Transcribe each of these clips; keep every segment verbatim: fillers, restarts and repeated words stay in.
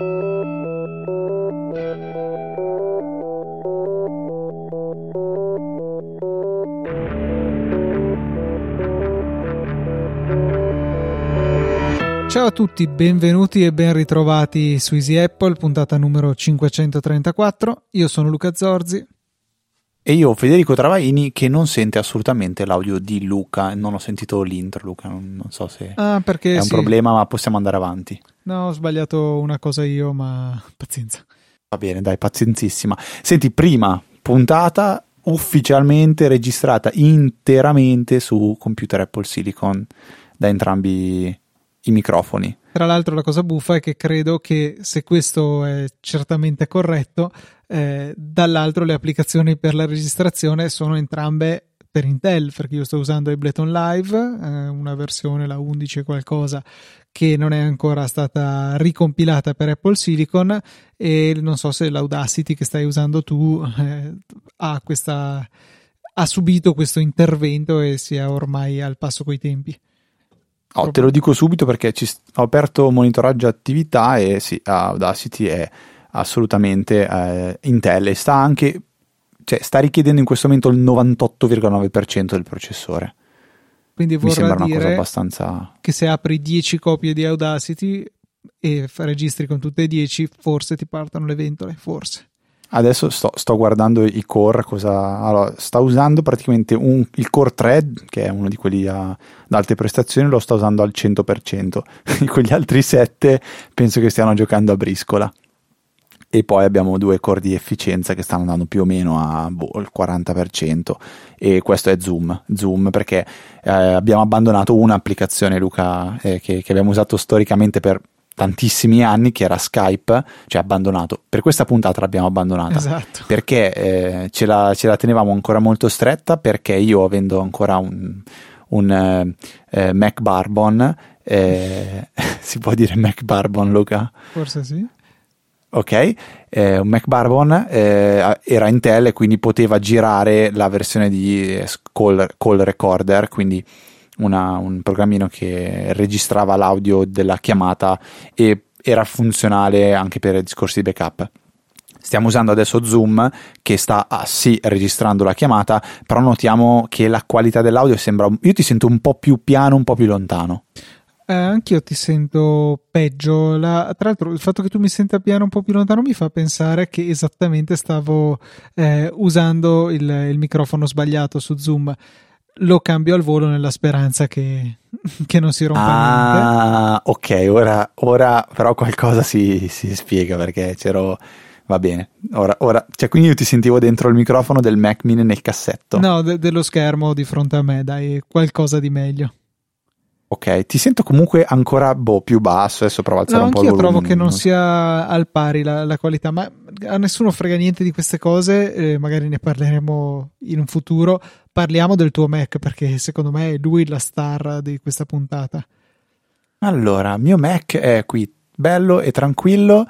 Ciao a tutti, benvenuti e ben ritrovati su Easy Apple, puntata numero cinquecentotrentaquattro. Io sono Luca Zorzi. E io Federico Travaini, che non sente assolutamente l'audio di Luca. Non ho sentito l'intro, Luca, non, non so se ah, perché è un sì. problema, ma possiamo andare avanti. No, ho sbagliato una cosa io, ma pazienza. Va bene, dai, pazienzissima. Senti, prima puntata ufficialmente registrata interamente su computer Apple Silicon da entrambi i microfoni. Tra l'altro la cosa buffa è che credo che, se questo è certamente corretto, eh, dall'altro le applicazioni per la registrazione sono entrambe per Intel, perché io sto usando Ableton Live, eh, una versione, la undici e qualcosa, che non è ancora stata ricompilata per Apple Silicon, e non so se l'Audacity che stai usando tu eh, ha questa ha subito questo intervento e sia ormai al passo coi tempi. Oh, te lo dico subito perché ci st- ho aperto monitoraggio attività e sì, Audacity è assolutamente eh, Intel e sta anche, cioè sta richiedendo in questo momento il novantotto virgola nove per cento del processore. Quindi mi vorrà sembra dire una cosa abbastanza, che se apri dieci copie di Audacity e registri con tutte e dieci, forse ti partono le ventole, forse. Adesso sto, sto guardando i core, cosa allora, sta usando praticamente un, il core thread, che è uno di quelli a, ad alte prestazioni, lo sta usando al cento per cento. Quegli altri sette penso che stiano giocando a briscola. E poi abbiamo due core di efficienza che stanno andando più o meno a boh, il quaranta per cento, e questo è Zoom, Zoom perché eh, abbiamo abbandonato un'applicazione, Luca, eh, che, che abbiamo usato storicamente per tantissimi anni, che era Skype, cioè abbandonato. Per questa puntata l'abbiamo abbandonata, esatto, perché eh, ce, la, ce la tenevamo ancora molto stretta, perché io, avendo ancora un, un eh, eh, Mac Bourbon, eh, si può dire Mac Bourbon, Luca? Forse sì. Ok, eh, un Mac Bourbon eh, era Intel e quindi poteva girare la versione di call, call recorder, quindi Una, un programmino che registrava l'audio della chiamata e era funzionale anche per discorsi di backup. Stiamo usando adesso Zoom, che sta ah, sì registrando la chiamata, però notiamo che la qualità dell'audio sembra, io ti sento un po' più piano, un po' più lontano. Eh, anch'io ti sento peggio. La, tra l'altro il fatto che tu mi senta piano, un po' più lontano, mi fa pensare che esattamente stavo eh, usando il, il microfono sbagliato su Zoom. Lo cambio al volo nella speranza che, che non si rompa niente. Ah, ok, ora, ora però qualcosa si, si spiega, perché c'ero, va bene, ora, ora, cioè quindi io ti sentivo dentro il microfono del Mac Mini nel cassetto. No, de- dello schermo di fronte a me, dai, qualcosa di meglio. Ok, ti sento comunque ancora boh, più basso, adesso provo a alzare No, un po' il anch'io volume. trovo che non sia al pari la, la qualità, ma a nessuno frega niente di queste cose, eh, magari ne parleremo in un futuro. Parliamo del tuo Mac, perché secondo me è lui la star di questa puntata. Allora, mio Mac è qui, bello e tranquillo,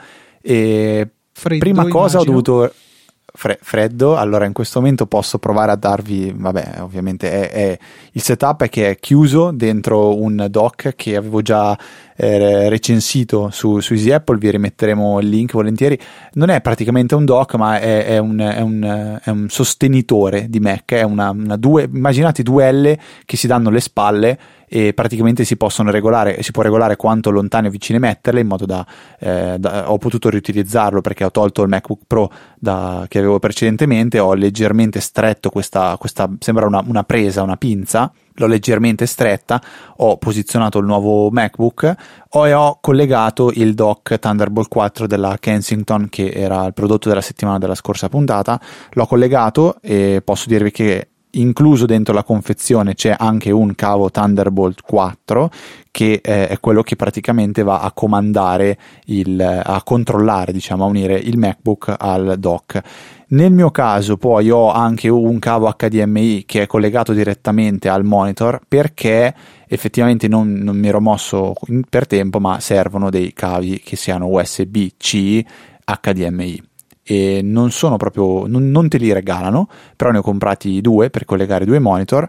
e Freddo, prima cosa immagino. ho dovuto... Fre- freddo, allora in questo momento posso provare a darvi, vabbè, ovviamente è, è il setup è che è chiuso dentro un dock che avevo già eh, recensito su, su Easy Apple, vi rimetteremo il link volentieri. Non è praticamente un dock, ma è, è, un, è, un, è un sostenitore di Mac, è una, una due, immaginate due L che si danno le spalle e praticamente si possono regolare, si può regolare quanto lontane o vicine metterle, in modo da, eh, da ho potuto riutilizzarlo perché ho tolto il MacBook Pro da, che avevo precedentemente, ho leggermente stretto questa, questa sembra una, una presa, una pinza, l'ho leggermente stretta, ho posizionato il nuovo MacBook ho, e ho collegato il dock Thunderbolt quattro della Kensington, che era il prodotto della settimana della scorsa puntata. L'ho collegato e posso dirvi che incluso dentro la confezione c'è anche un cavo Thunderbolt quattro, che eh, è quello che praticamente va a comandare il, a controllare, diciamo, a unire il MacBook al dock. Nel mio caso poi ho anche un cavo H D M I che è collegato direttamente al monitor, perché effettivamente non, non mi ero mosso per tempo, ma servono dei cavi che siano U S B C H D M I. E non sono proprio non, non te li regalano, però ne ho comprati due per collegare due monitor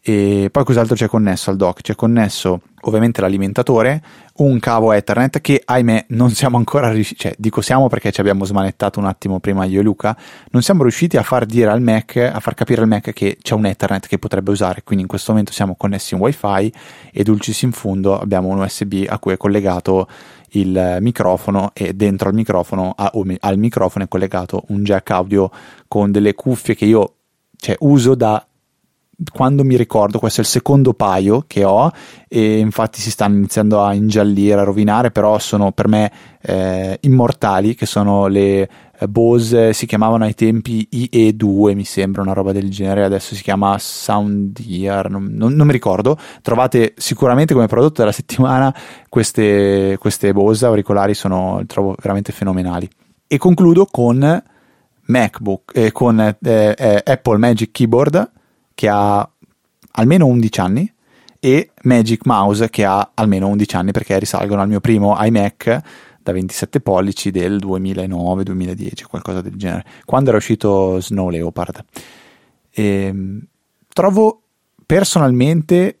E poi cos'altro c'è connesso al dock? C'è connesso ovviamente l'alimentatore, un cavo Ethernet che ahimè non siamo ancora riusciti, cioè dico siamo perché ci abbiamo smanettato un attimo prima io e Luca, non siamo riusciti a far dire al Mac, a far capire al Mac che c'è un Ethernet che potrebbe usare, quindi in questo momento siamo connessi in Wi-Fi e dulcis in fundo abbiamo un U S B a cui è collegato il microfono e dentro al microfono, a, al microfono è collegato un jack audio con delle cuffie che io cioè, uso da quando mi ricordo, questo è il secondo paio che ho e infatti si stanno iniziando a ingiallire, a rovinare, però sono per me eh, immortali, che sono le Bose, si chiamavano ai tempi I E due mi sembra, una roba del genere, adesso si chiama Soundear, non, non, non mi ricordo. Trovate sicuramente come prodotto della settimana queste, queste Bose auricolari, sono, li trovo veramente fenomenali. E concludo con MacBook, eh, con eh, eh, Apple Magic Keyboard che ha almeno undici anni e Magic Mouse che ha almeno undici anni, perché risalgono al mio primo iMac da ventisette pollici del duemilanove duemiladieci, qualcosa del genere, quando era uscito Snow Leopard. E trovo personalmente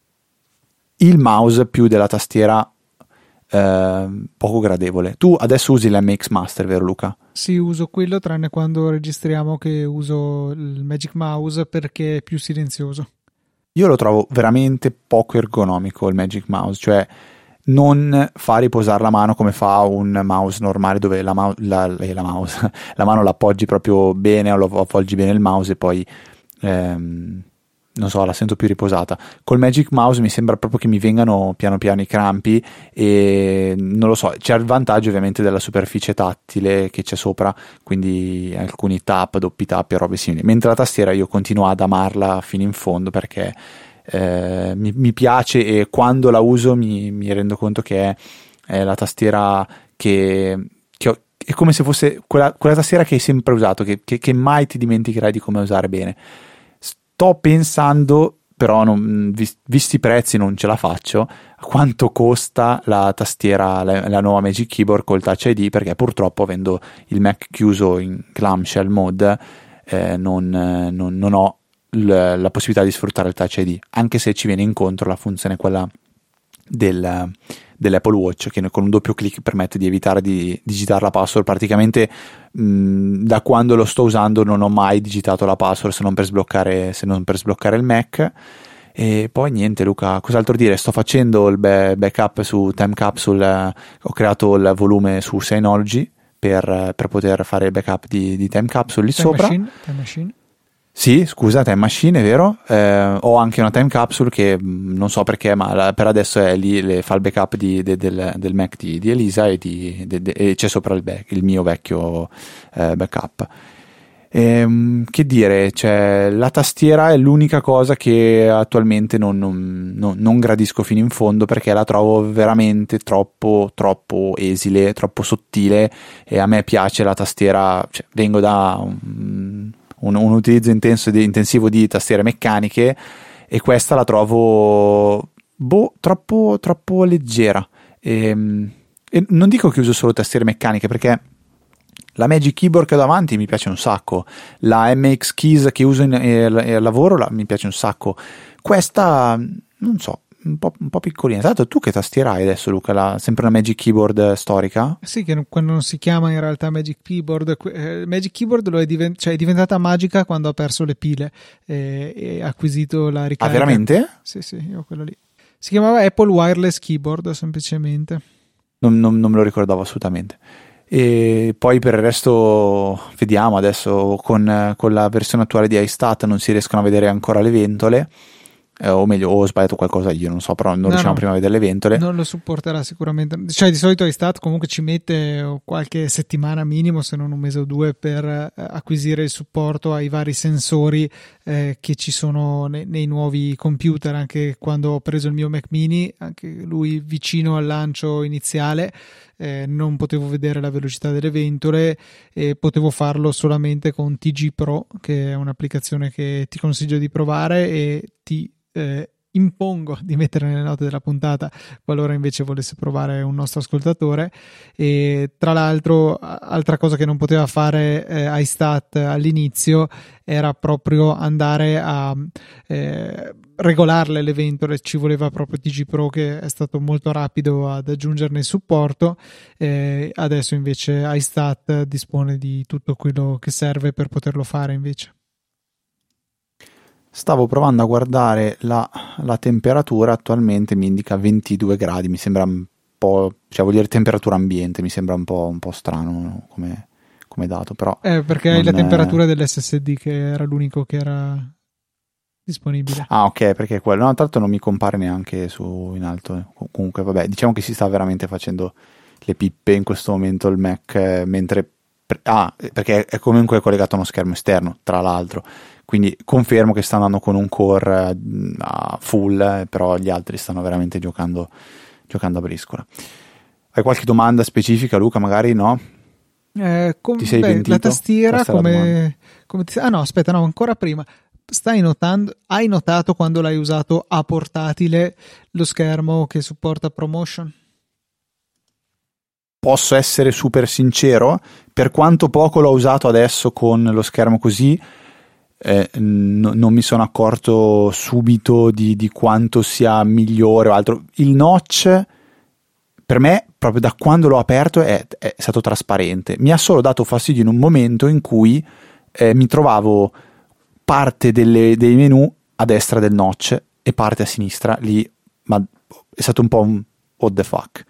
il mouse più della tastiera eh, poco gradevole. Tu adesso usi l'M X Master, vero Luca? Sì, uso quello, tranne quando registriamo che uso il Magic Mouse perché è più silenzioso. Io lo trovo veramente poco ergonomico il Magic Mouse, cioè non fa riposare la mano come fa un mouse normale, dove la, mau- la, la, mouse, la mano la appoggi proprio bene o lo appoggi bene il mouse e poi ehm, non so, la sento più riposata. Col Magic Mouse mi sembra proprio che mi vengano piano piano i crampi e non lo so, c'è il vantaggio ovviamente della superficie tattile che c'è sopra, quindi alcuni tap, doppi tap e robe simili, mentre la tastiera io continuo ad amarla fino in fondo perché eh, mi, mi piace e quando la uso mi, mi rendo conto che è, è la tastiera che, che ho, è come se fosse quella, quella tastiera che hai sempre usato, che, che, che mai ti dimenticherai di come usare bene. Sto pensando, però non, visti i prezzi non ce la faccio, a quanto costa la tastiera, la, la nuova Magic Keyboard col Touch I D, perché purtroppo avendo il Mac chiuso in clamshell mode eh, non, non, non ho l, la possibilità di sfruttare il Touch I D, anche se ci viene incontro la funzione quella del, dell'Apple Watch che con un doppio clic permette di evitare di digitare la password. Praticamente mh, da quando lo sto usando non ho mai digitato la password se non per sbloccare, se non per sbloccare il Mac. E poi niente Luca, cos'altro dire? Sto facendo il be- backup su Time Capsule, ho creato il volume su Synology per, per poter fare il backup di, di Time Capsule lì Time sopra. Machine, Time Machine. Sì, scusa, Time Machine, è vero. Eh, ho anche una Time Capsule che mh, non so perché, ma la, per adesso è lì, le, fa il backup di, de, del, del Mac di, di Elisa e, di, de, de, e c'è sopra il, back, il mio vecchio eh, backup. Ehm, che dire, cioè, la tastiera è l'unica cosa che attualmente non, non, non, non gradisco fino in fondo, perché la trovo veramente troppo, troppo esile, troppo sottile, e a me piace la tastiera, cioè, vengo da un, un, un utilizzo intenso di, intensivo di tastiere meccaniche e questa la trovo boh, troppo, troppo leggera. E, e non dico che uso solo tastiere meccaniche, perché la Magic Keyboard che ho davanti mi piace un sacco, la M X Keys che uso in, eh, al lavoro la, mi piace un sacco, questa non so, un po', un po' piccolina. Tra l'altro tu che tastiera hai adesso Luca? La, sempre una Magic Keyboard storica? Sì, che quando non si chiama in realtà Magic Keyboard, eh, Magic Keyboard lo è, divent- cioè è diventata magica quando ha perso le pile eh, e ha acquisito la ricarica. Ah, veramente? Sì, sì, io ho quello lì. Si chiamava Apple Wireless Keyboard semplicemente. Non, non, non me lo ricordavo assolutamente. E poi per il resto vediamo adesso con, con la versione attuale di iStat non si riescono a vedere ancora le ventole, eh, o meglio, ho sbagliato qualcosa io, non so, però non no, riusciamo no, prima a vedere le ventole. Non lo supporterà sicuramente, cioè di solito iStat comunque ci mette qualche settimana minimo, se non un mese o due, per eh, acquisire il supporto ai vari sensori eh, che ci sono nei, nei nuovi computer. Anche quando ho preso il mio Mac Mini, anche lui vicino al lancio iniziale, Eh, non potevo vedere la velocità delle ventole e potevo farlo solamente con T G Pro, che è un'applicazione che ti consiglio di provare e ti eh, impongo di mettere nelle note della puntata qualora invece volesse provare un nostro ascoltatore. E tra l'altro altra cosa che non poteva fare eh, iStat all'inizio era proprio andare a eh, regolarle l'evento, ci voleva proprio T G Pro, che è stato molto rapido ad aggiungerne il supporto. Eh, adesso invece iStat dispone di tutto quello che serve per poterlo fare invece. Stavo provando a guardare la, la temperatura, attualmente mi indica ventidue gradi, mi sembra un po', cioè vuol dire temperatura ambiente, mi sembra un po', un po' strano come, come dato, però... Eh, perché hai la temperatura è... dell'S S D che era l'unico che era disponibile. Ah, ok, perché quello, no, tanto non mi compare neanche su in alto, comunque vabbè, diciamo che si sta veramente facendo le pippe in questo momento il Mac, eh, mentre... Ah, perché è comunque collegato a uno schermo esterno, tra l'altro. Quindi confermo che sta andando con un core a full, però gli altri stanno veramente giocando, giocando a briscola. Hai qualche domanda specifica, Luca? Magari no? Eh, com- ti sei beh, pentito? La tastiera come, come ti... Ah no, aspetta, no, ancora prima. Stai notando, hai notato quando l'hai usato a portatile lo schermo che supporta ProMotion? Posso essere super sincero, per quanto poco l'ho usato adesso con lo schermo così, Eh, n- non mi sono accorto subito di, di quanto sia migliore o altro. Il notch per me, proprio da quando l'ho aperto, è, è stato trasparente. Mi ha solo dato fastidio in un momento in cui eh, mi trovavo parte delle, dei menu a destra del notch e parte a sinistra. Lì, ma è stato un po' un what the fuck.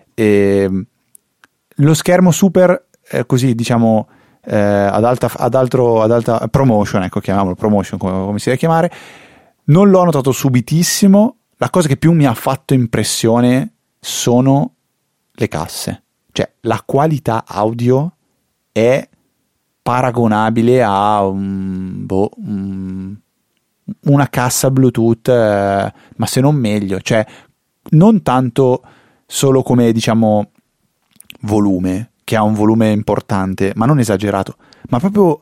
E, lo schermo super eh, così, diciamo, Eh, ad alta ad altro ad alta promotion, ecco, chiamiamolo promotion come, come si deve chiamare, non l'ho notato subitissimo. La cosa che più mi ha fatto impressione sono le casse, cioè la qualità audio è paragonabile a un, boh, un, una cassa Bluetooth, eh, ma se non meglio, cioè non tanto solo come, diciamo, volume, che ha un volume importante, ma non esagerato, ma proprio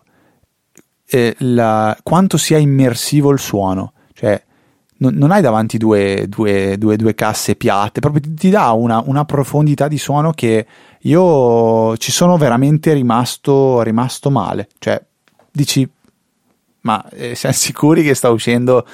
eh, la, quanto sia immersivo il suono. Cioè non, non hai davanti due, due, due, due casse piatte, proprio ti, ti dà una, una profondità di suono che io ci sono veramente rimasto, rimasto male. Cioè dici, ma eh, siamo sicuri che sta uscendo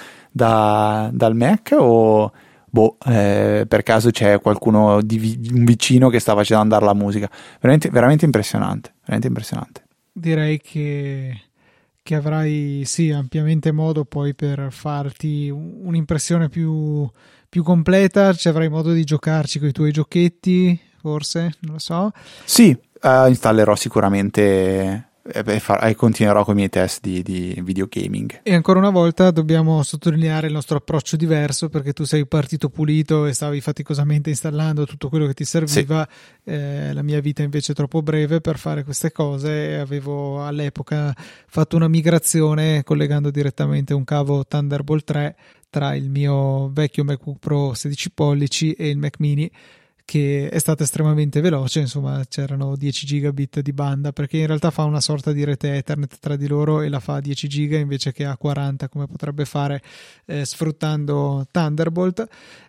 da, dal Mac o... boh, eh, per caso c'è qualcuno di vi- un vicino che sta facendo andare la musica. Veramente, veramente impressionante, veramente impressionante. Direi che, che avrai sì ampiamente modo poi per farti un'impressione più, più completa. Ci avrai modo di giocarci con i tuoi giochetti, forse, non lo so. Sì, uh, installerò sicuramente e, far- e continuerò con i miei test di, di videogaming. E ancora una volta dobbiamo sottolineare il nostro approccio diverso, perché tu sei partito pulito e stavi faticosamente installando tutto quello che ti serviva. Sì. Eh, la mia vita invece è troppo breve per fare queste cose e avevo all'epoca fatto una migrazione collegando direttamente un cavo Thunderbolt tre tra il mio vecchio MacBook Pro sedici pollici e il Mac Mini, che è stata estremamente veloce. Insomma, c'erano dieci gigabit di banda, perché in realtà fa una sorta di rete Ethernet tra di loro e la fa a dieci giga invece che a quaranta, come potrebbe fare eh, sfruttando Thunderbolt.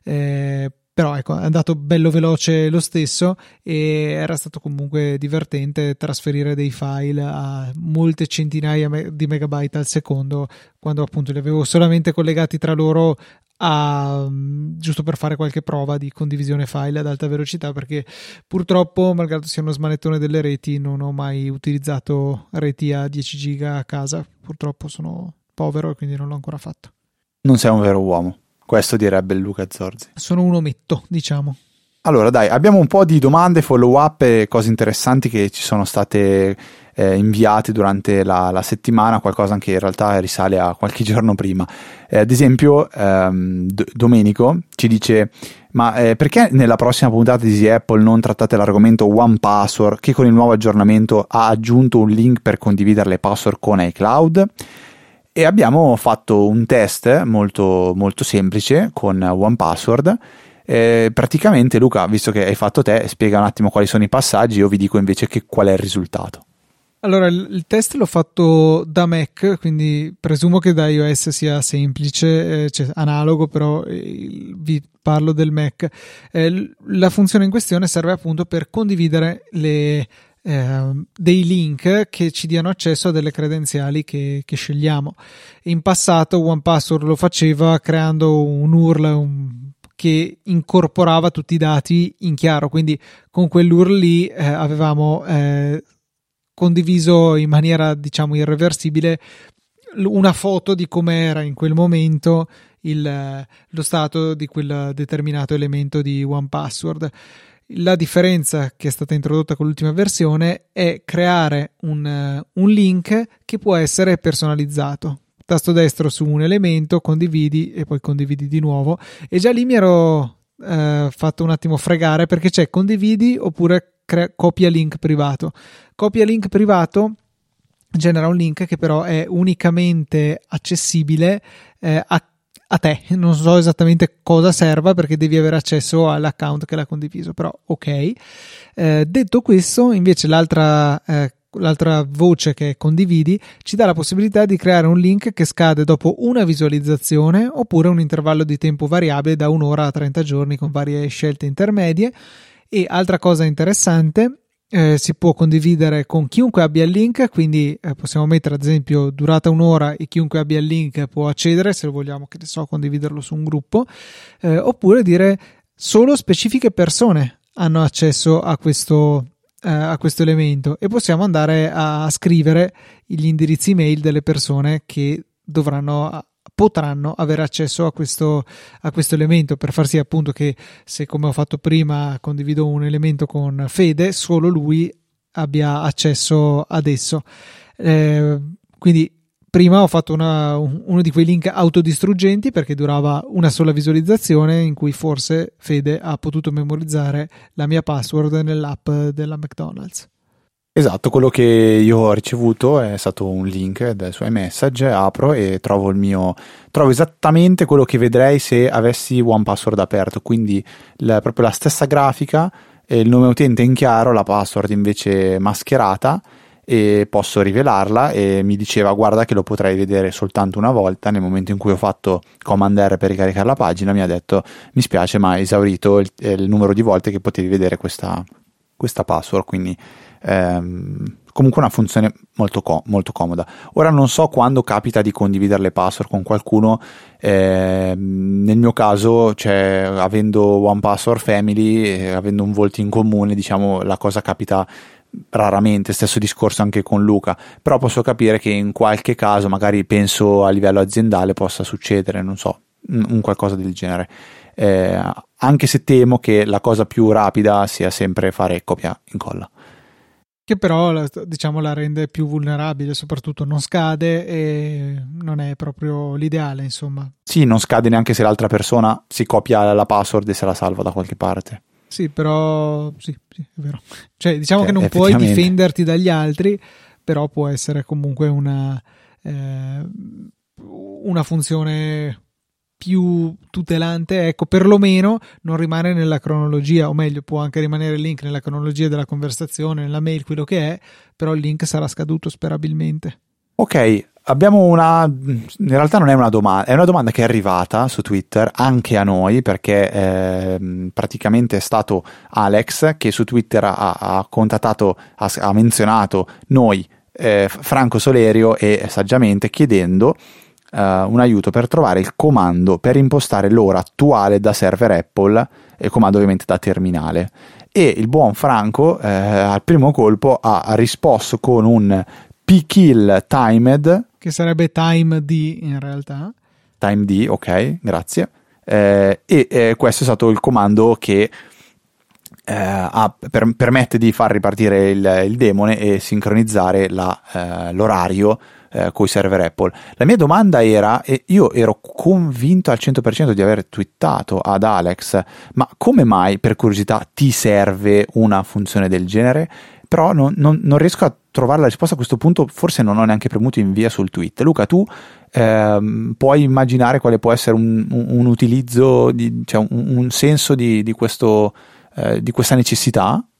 Eh, però ecco, è andato bello veloce lo stesso e era stato comunque divertente trasferire dei file a molte centinaia di megabyte al secondo, quando appunto li avevo solamente collegati tra loro a, giusto per fare qualche prova di condivisione file ad alta velocità, perché purtroppo, malgrado sia uno smanettone delle reti, non ho mai utilizzato reti a dieci giga a casa. Purtroppo sono povero e quindi non l'ho ancora fatto. Non sei un vero uomo, questo direbbe il Luca Zorzi. Sono un ometto, diciamo. Allora dai, abbiamo un po' di domande, follow up e cose interessanti che ci sono state eh, inviate durante la, la settimana, qualcosa anche in realtà risale a qualche giorno prima. Eh, ad esempio ehm, D- Domenico ci dice: ma eh, perché nella prossima puntata di Easy Apple non trattate l'argomento One Password, che con il nuovo aggiornamento ha aggiunto un link per condividere le password con iCloud? E abbiamo fatto un test molto, molto semplice con One Password. Eh, praticamente, Luca, visto che hai fatto te, spiega un attimo quali sono i passaggi, io vi dico invece che qual è il risultato. Allora, il, il test l'ho fatto da Mac, quindi presumo che da iOS sia semplice, eh, cioè analogo, però eh, vi parlo del Mac. Eh, la funzione in questione serve appunto per condividere le, eh, dei link che ci diano accesso a delle credenziali che, che scegliamo. In passato one password lo faceva creando un U R L un, che incorporava tutti i dati in chiaro, quindi con quell'U R L lì eh, avevamo eh, condiviso in maniera diciamo irreversibile una foto di come era in quel momento il, lo stato di quel determinato elemento di one password. La differenza che è stata introdotta con l'ultima versione è creare un, un link che può essere personalizzato. Tasto destro su un elemento, condividi e poi condividi di nuovo, e già lì mi ero eh, fatto un attimo fregare, perché c'è condividi oppure crea, copia link privato. Copia link privato genera un link che però è unicamente accessibile eh, a, a te. Non so esattamente cosa serva, perché devi avere accesso all'account che l'ha condiviso, però ok. Eh, detto questo, invece l'altra eh, l'altra voce che è condividi ci dà la possibilità di creare un link che scade dopo una visualizzazione oppure un intervallo di tempo variabile da un'ora a trenta giorni con varie scelte intermedie. E altra cosa interessante, Eh, si può condividere con chiunque abbia il link, quindi eh, possiamo mettere ad esempio durata un'ora e chiunque abbia il link può accedere, se vogliamo, che ne so, condividerlo su un gruppo, eh, oppure dire solo specifiche persone hanno accesso a questo, eh, a questo elemento, e possiamo andare a scrivere gli indirizzi email delle persone che dovranno potranno avere accesso a questo, a questo elemento, per far sì appunto che, se come ho fatto prima condivido un elemento con Fede, solo lui abbia accesso ad esso. Eh, quindi prima ho fatto una, uno di quei link autodistruggenti, perché durava una sola visualizzazione in cui forse Fede ha potuto memorizzare la mia password nell'app della McDonald's. Esatto, quello che io ho ricevuto è stato un link dai suoi message, apro e trovo il mio, trovo esattamente quello che vedrei se avessi one password aperto, quindi la, proprio la stessa grafica, il nome utente in chiaro, la password invece mascherata, e posso rivelarla, e mi diceva guarda che lo potrai vedere soltanto una volta. Nel momento in cui ho fatto Command R per ricaricare la pagina mi ha detto mi spiace ma hai esaurito il, il numero di volte che potevi vedere questa, questa password, quindi Ehm, comunque una funzione molto, co- molto comoda. Ora non so quando capita di condividere le password con qualcuno, ehm, nel mio caso, cioè, avendo One Password Family, eh, avendo un volto in comune, diciamo, la cosa capita raramente. Stesso discorso anche con Luca, però posso capire che in qualche caso, magari penso a livello aziendale, possa succedere, non so, un qualcosa del genere, eh, anche se temo che la cosa più rapida sia sempre fare copia incolla, che però diciamo la rende più vulnerabile, soprattutto non scade e non è proprio l'ideale, insomma. Sì, non scade neanche se l'altra persona si copia la password e se la salva da qualche parte. Sì, però sì, sì, è vero. Cioè, diciamo cioè, che non puoi difenderti dagli altri, però può essere comunque una eh, una funzione più tutelante, ecco, perlomeno non rimane nella cronologia, o meglio può anche rimanere il link nella cronologia della conversazione, nella mail, quello che è, però il link sarà scaduto sperabilmente. Ok, abbiamo una, in realtà non è una domanda, è una domanda che è arrivata su Twitter anche a noi, perché eh, praticamente è stato Alex che su Twitter ha, ha contattato, ha, ha menzionato noi, eh, Franco Solerio, e saggiamente chiedendo Uh, un aiuto per trovare il comando per impostare l'ora attuale da server Apple, e il comando ovviamente da terminale, e il buon Franco eh, al primo colpo ha, ha risposto con un pkill timed, che sarebbe time D in realtà, time D, ok, grazie, eh, e eh, questo è stato il comando che eh, ha, per, permette di far ripartire il, il demone e sincronizzare la, eh, l'orario Eh, coi server Apple. La mia domanda era, e io ero convinto al cento per cento di aver twittato ad Alex, ma come mai, per curiosità, ti serve una funzione del genere? Però non, non, non riesco a trovare la risposta a questo punto, forse non ho neanche premuto invia sul tweet. Luca, tu ehm, puoi immaginare quale può essere un, un, un utilizzo, di, cioè un, un senso di, di questo... di questa necessità?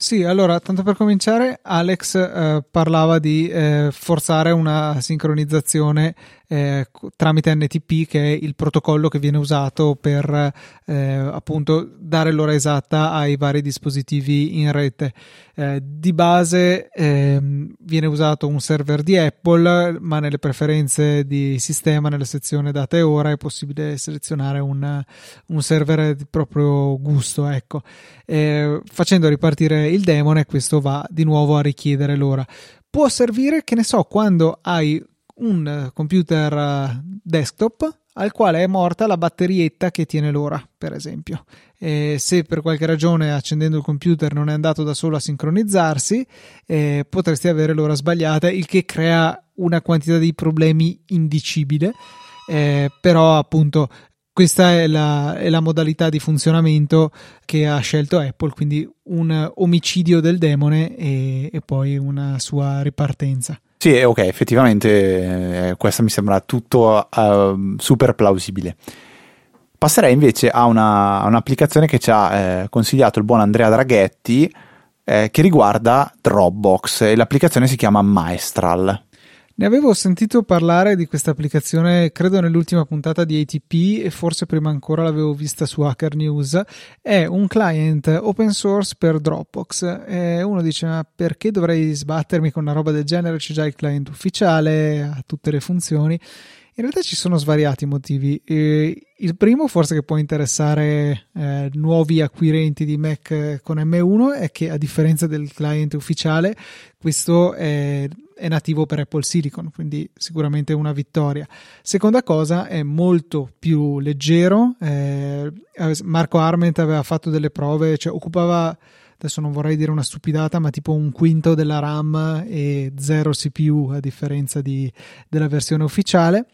Sì, allora, tanto per cominciare, Alex eh, parlava di eh, forzare una sincronizzazione eh, tramite N T P, che è il protocollo che viene usato per eh, appunto dare l'ora esatta ai vari dispositivi in rete. Eh, di base eh, viene usato un server di Apple, ma nelle preferenze di sistema, nella sezione data e ora, è possibile selezionare un, un server di proprio gusto, ecco. Eh, facendo ripartire il demone, questo va di nuovo a richiedere l'ora. Può servire, che ne so, quando hai un computer desktop al quale è morta la batterietta che tiene l'ora, per esempio. Eh, se per qualche ragione accendendo il computer non è andato da solo a sincronizzarsi, eh, potresti avere l'ora sbagliata, il che crea una quantità di problemi indicibile, eh, però appunto questa è la, è la modalità di funzionamento che ha scelto Apple, quindi un omicidio del demone e, e poi una sua ripartenza. Sì, ok, effettivamente eh, questa mi sembra tutto uh, super plausibile. Passerei invece a, una, a un'applicazione che ci ha eh, consigliato il buon Andrea Draghetti, eh, che riguarda Dropbox, e l'applicazione si chiama Maestral. Ne avevo sentito parlare di questa applicazione, credo nell'ultima puntata di A T P, e forse prima ancora l'avevo vista su Hacker News. È un client open source per Dropbox. E uno dice: ma perché dovrei sbattermi con una roba del genere? C'è già il client ufficiale, ha tutte le funzioni. In realtà ci sono svariati motivi. Eh, il primo, forse, che può interessare eh, nuovi acquirenti di Mac con M uno, è che, a differenza del client ufficiale, questo è, è nativo per Apple Silicon, quindi sicuramente una vittoria. Seconda cosa, è molto più leggero. Eh, Marco Arment aveva fatto delle prove, cioè occupava, adesso non vorrei dire una stupidata, ma tipo un quinto della RAM e zero C P U, a differenza di, della versione ufficiale.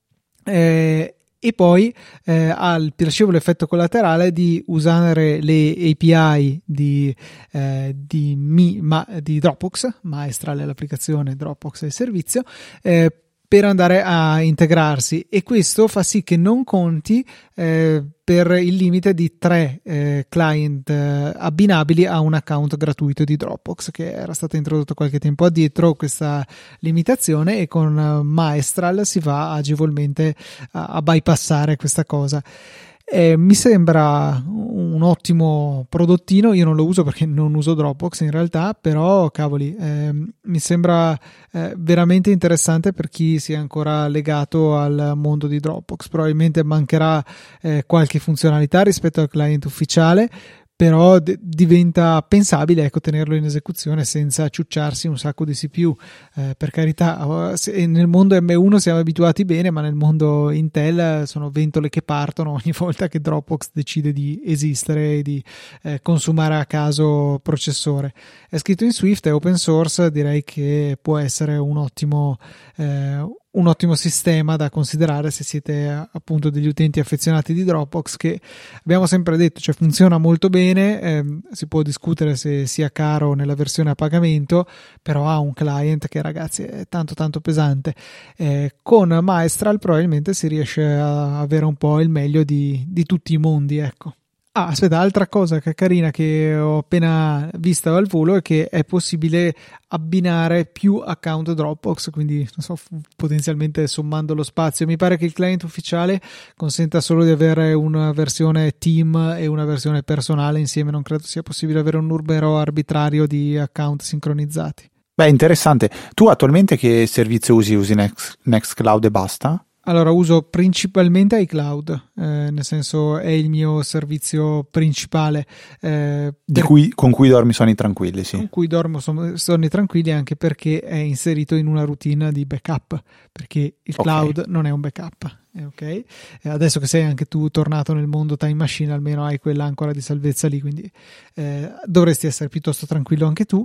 Eh, e poi eh, ha il piacevole effetto collaterale di usare le A P I di, eh, di, Mi, ma, di Dropbox, Maestral è l'applicazione, Dropbox è il servizio, eh, per andare a integrarsi, e questo fa sì che non conti eh, per il limite di tre eh, client eh, abbinabili a un account gratuito di Dropbox, che era stata introdotta qualche tempo addietro questa limitazione, e con uh, Maestral si va agevolmente a, a bypassare questa cosa. Eh, mi sembra un ottimo prodottino. Io non lo uso perché non uso Dropbox in realtà, però cavoli, eh, mi sembra eh, veramente interessante per chi si è ancora legato al mondo di Dropbox. Probabilmente mancherà eh, qualche funzionalità rispetto al client ufficiale, però d- diventa pensabile, ecco, tenerlo in esecuzione senza ciucciarsi un sacco di C P U. Eh, per carità, se nel mondo M uno siamo abituati bene, ma nel mondo Intel sono ventole che partono ogni volta che Dropbox decide di esistere e di eh, consumare a caso processore. È scritto in Swift, è open source, direi che può essere un ottimo eh, un ottimo sistema da considerare se siete appunto degli utenti affezionati di Dropbox, che abbiamo sempre detto, cioè funziona molto bene. ehm, si può discutere se sia caro nella versione a pagamento, però ha un client che, ragazzi, è tanto tanto pesante. Eh, con Maestral probabilmente si riesce a avere un po' il meglio di, di tutti i mondi, ecco. Ah, aspetta, altra cosa che è carina che ho appena vista al volo è che è possibile abbinare più account Dropbox, quindi non so, potenzialmente sommando lo spazio. Mi pare che il client ufficiale consenta solo di avere una versione team e una versione personale insieme, non credo sia possibile avere un numero arbitrario di account sincronizzati. Beh, interessante. Tu attualmente che servizio usi? Usi Next, Nextcloud e basta? Allora, uso principalmente iCloud, eh, nel senso è il mio servizio principale. Eh, Di cui, con cui dormi sonni tranquilli, sì. Con cui dormo sonni tranquilli, anche perché è inserito in una routine di backup, perché il cloud okay. non è un backup. Eh, ok, adesso che sei anche tu tornato nel mondo Time Machine, almeno hai quell'ancora di salvezza lì, quindi eh, dovresti essere piuttosto tranquillo anche tu.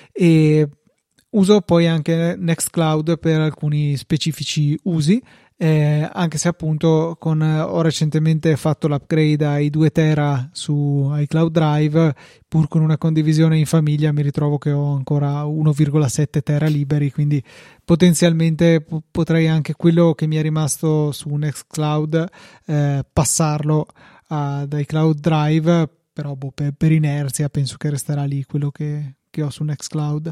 E uso poi anche Nextcloud per alcuni specifici usi. Eh, anche se appunto con, eh, ho recentemente fatto l'upgrade ai due tera su iCloud Drive, pur con una condivisione in famiglia mi ritrovo che ho ancora uno virgola sette tera liberi, quindi potenzialmente p- potrei anche quello che mi è rimasto su Nextcloud eh, passarlo ad iCloud Drive, però boh, per, per inerzia penso che resterà lì quello che, che ho su Nextcloud,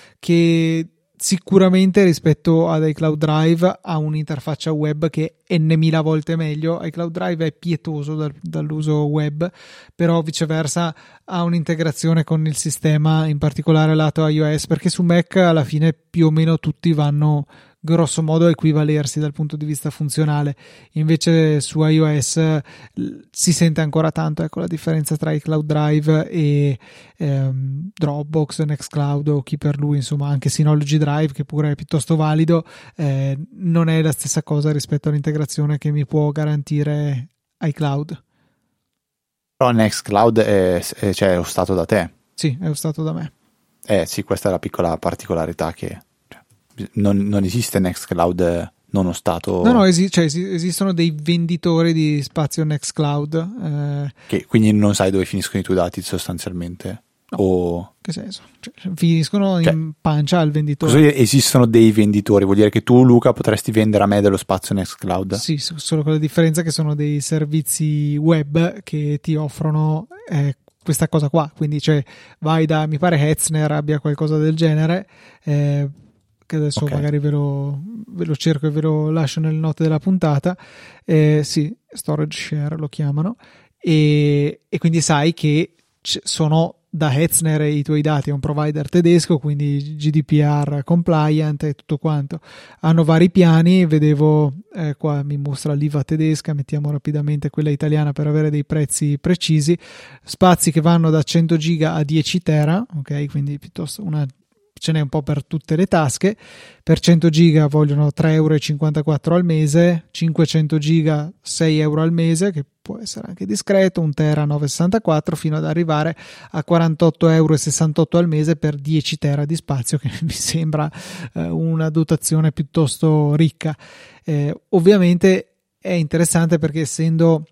che sicuramente rispetto ad iCloud Drive ha un'interfaccia web che è n mila volte meglio. iCloud Drive è pietoso dal, dall'uso web, però viceversa ha un'integrazione con il sistema, in particolare lato iOS, perché su Mac alla fine più o meno tutti vanno grosso modo a equivalersi dal punto di vista funzionale, invece su iOS eh, si sente ancora tanto, ecco, la differenza tra iCloud Drive e ehm, Dropbox, Nextcloud o chi per lui, insomma anche Synology Drive, che pure è piuttosto valido, eh, non è la stessa cosa rispetto all'integrazione che mi può garantire iCloud. Però Nextcloud è, è, cioè, è ostato da te. Sì, è ostato da me. Eh sì, questa è la piccola particolarità che Non, non esiste Nextcloud non ostato. No, no, esi- cioè, esi- esistono dei venditori di spazio Nextcloud. Eh, che quindi non sai dove finiscono i tuoi dati sostanzialmente. no, o... Che senso? Cioè, finiscono cioè, in pancia al venditore. Cosa esistono dei venditori? Vuol dire che tu, Luca, potresti vendere a me dello spazio Nextcloud? Sì, solo con la differenza che sono dei servizi web che ti offrono eh, questa cosa qua. Quindi, cioè, vai da, mi pare Hetzner abbia qualcosa del genere. Eh, che adesso okay. magari ve lo, ve lo cerco e ve lo lascio nelle note della puntata, eh, sì, storage share lo chiamano, e, e quindi sai che c- sono da Hetzner i tuoi dati, è un provider tedesco, quindi G D P R compliant e tutto quanto. Hanno vari piani, vedevo eh, qua mi mostra l'I V A tedesca, mettiamo rapidamente quella italiana per avere dei prezzi precisi, spazi che vanno da cento giga a dieci tera, ok, quindi piuttosto una ce n'è un po' per tutte le tasche. Per cento giga vogliono tre virgola cinquantaquattro euro al mese, cinquecento giga sei euro al mese, che può essere anche discreto, un tera nove virgola sessantaquattro, fino ad arrivare a quarantotto virgola sessantotto euro al mese per dieci tera di spazio, che mi sembra eh, una dotazione piuttosto ricca. Eh, ovviamente è interessante perché essendo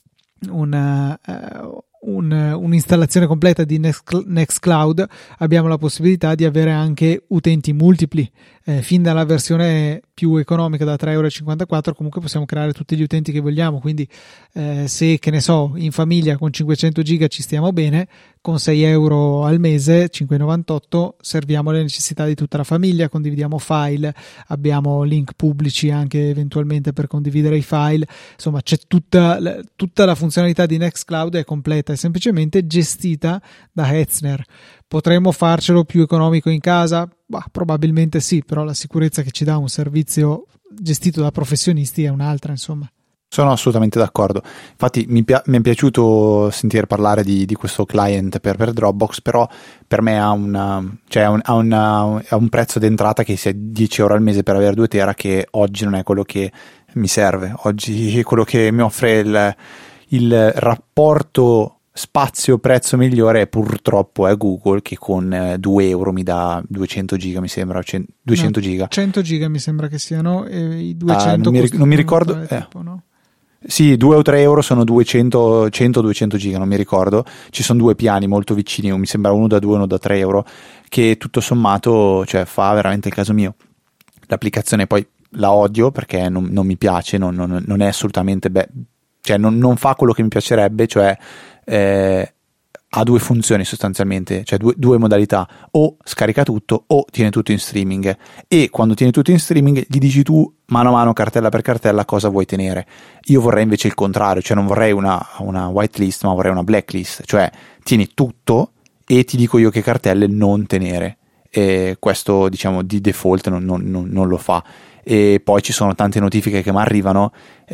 una uh, Un, un'installazione completa di Nextcloud abbiamo la possibilità di avere anche utenti multipli, eh, fin dalla versione più economica da tre virgola cinquantaquattro euro comunque possiamo creare tutti gli utenti che vogliamo, quindi eh, se che ne so in famiglia con cinquecento giga ci stiamo bene, con sei euro al mese, cinque virgola novantotto, serviamo le necessità di tutta la famiglia, condividiamo file, abbiamo link pubblici anche eventualmente per condividere i file, insomma c'è tutta, tutta la funzionalità di Nextcloud è completa, è semplicemente gestita da Hetzner. Potremmo farcelo più economico in casa? Bah, probabilmente sì, però la sicurezza che ci dà un servizio gestito da professionisti è un'altra, insomma. Sono assolutamente d'accordo. Infatti mi, pi- mi è piaciuto sentire parlare di, di questo client per, per Dropbox, però per me ha, una, cioè ha, un, ha, una, ha un prezzo d'entrata che sia dieci euro al mese per avere due tera, che oggi non è quello che mi serve. Oggi quello che mi offre il, il rapporto spazio-prezzo migliore purtroppo è Google, che con eh, due euro mi dà duecento giga, mi sembra, cento, duecento no, giga. cento giga mi sembra che siano, e i duecento ah, non, mi, non mi ricordo eh. tipo, no? Sì, due o tre euro sono duecento, cento duecento giga, non mi ricordo. Ci sono due piani molto vicini, mi sembra uno da due e uno da tre euro, che tutto sommato, cioè, fa veramente il caso mio. L'applicazione poi la odio perché non, non mi piace, non, non, non è assolutamente be- cioè non, non fa quello che mi piacerebbe, cioè eh, ha due funzioni sostanzialmente, cioè due, due modalità: o scarica tutto o tiene tutto in streaming, e quando tiene tutto in streaming gli dici tu mano a mano, cartella per cartella, cosa vuoi tenere. Io vorrei invece il contrario, cioè non vorrei una, una whitelist, ma vorrei una blacklist, cioè tieni tutto e ti dico io che cartelle non tenere, e questo diciamo di default non, non, non, non lo fa. E poi ci sono tante notifiche che mi arrivano,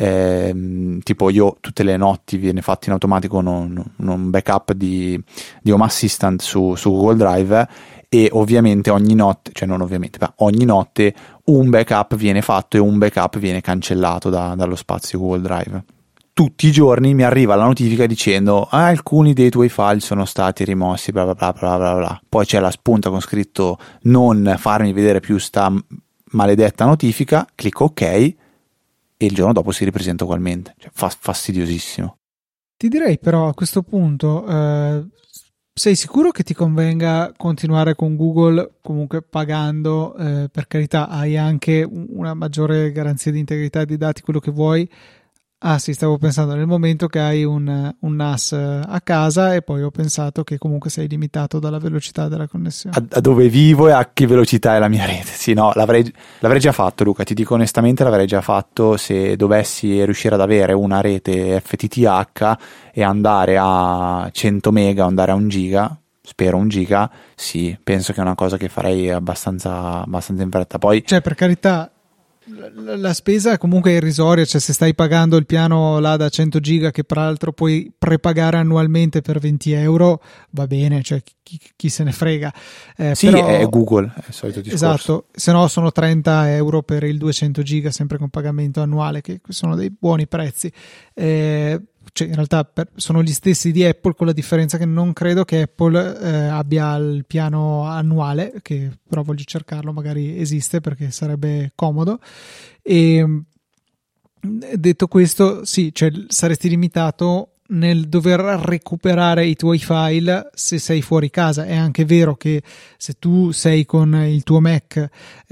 ehm, tipo io tutte le notti viene fatto in automatico un, un backup di, di Home Assistant su, su Google Drive, e ovviamente ogni notte, cioè non ovviamente, ma ogni notte un backup viene fatto e un backup viene cancellato da, dallo spazio Google Drive. Tutti i giorni mi arriva la notifica dicendo ah, alcuni dei tuoi file sono stati rimossi, bla bla bla bla bla bla. Poi c'è la spunta con scritto non farmi vedere più sta maledetta notifica, clicco ok e il giorno dopo si ripresenta ugualmente, cioè, fa- fastidiosissimo. Ti direi però a questo punto eh, sei sicuro che ti convenga continuare con Google, comunque pagando, eh, per carità hai anche una maggiore garanzia di integrità dei dati, quello che vuoi, Ah sì, stavo pensando nel momento che hai un, un N A S a casa, e poi ho pensato che comunque sei limitato dalla velocità della connessione. A, a dove vivo e a che velocità è la mia rete. Sì, no, l'avrei, l'avrei già fatto, Luca, ti dico onestamente, l'avrei già fatto se dovessi riuscire ad avere una rete F T T H e andare a cento mega o andare a un giga, spero un giga, sì, penso che è una cosa che farei abbastanza, abbastanza in fretta. Poi, cioè, per carità, la, la spesa comunque è irrisoria, cioè se stai pagando il piano là da cento giga, che peraltro puoi prepagare annualmente per venti euro, va bene, cioè chi, chi se ne frega. Eh, sì, però, è Google, è il solito discorso. Esatto, se no sono trenta euro per il duecento giga, sempre con pagamento annuale, che sono dei buoni prezzi. Eh, cioè in realtà per, sono gli stessi di Apple, con la differenza che non credo che Apple eh, abbia il piano annuale, che però voglio cercarlo, magari esiste perché sarebbe comodo. E detto questo, sì, cioè saresti limitato nel dover recuperare i tuoi file se sei fuori casa. È anche vero che se tu sei con il tuo Mac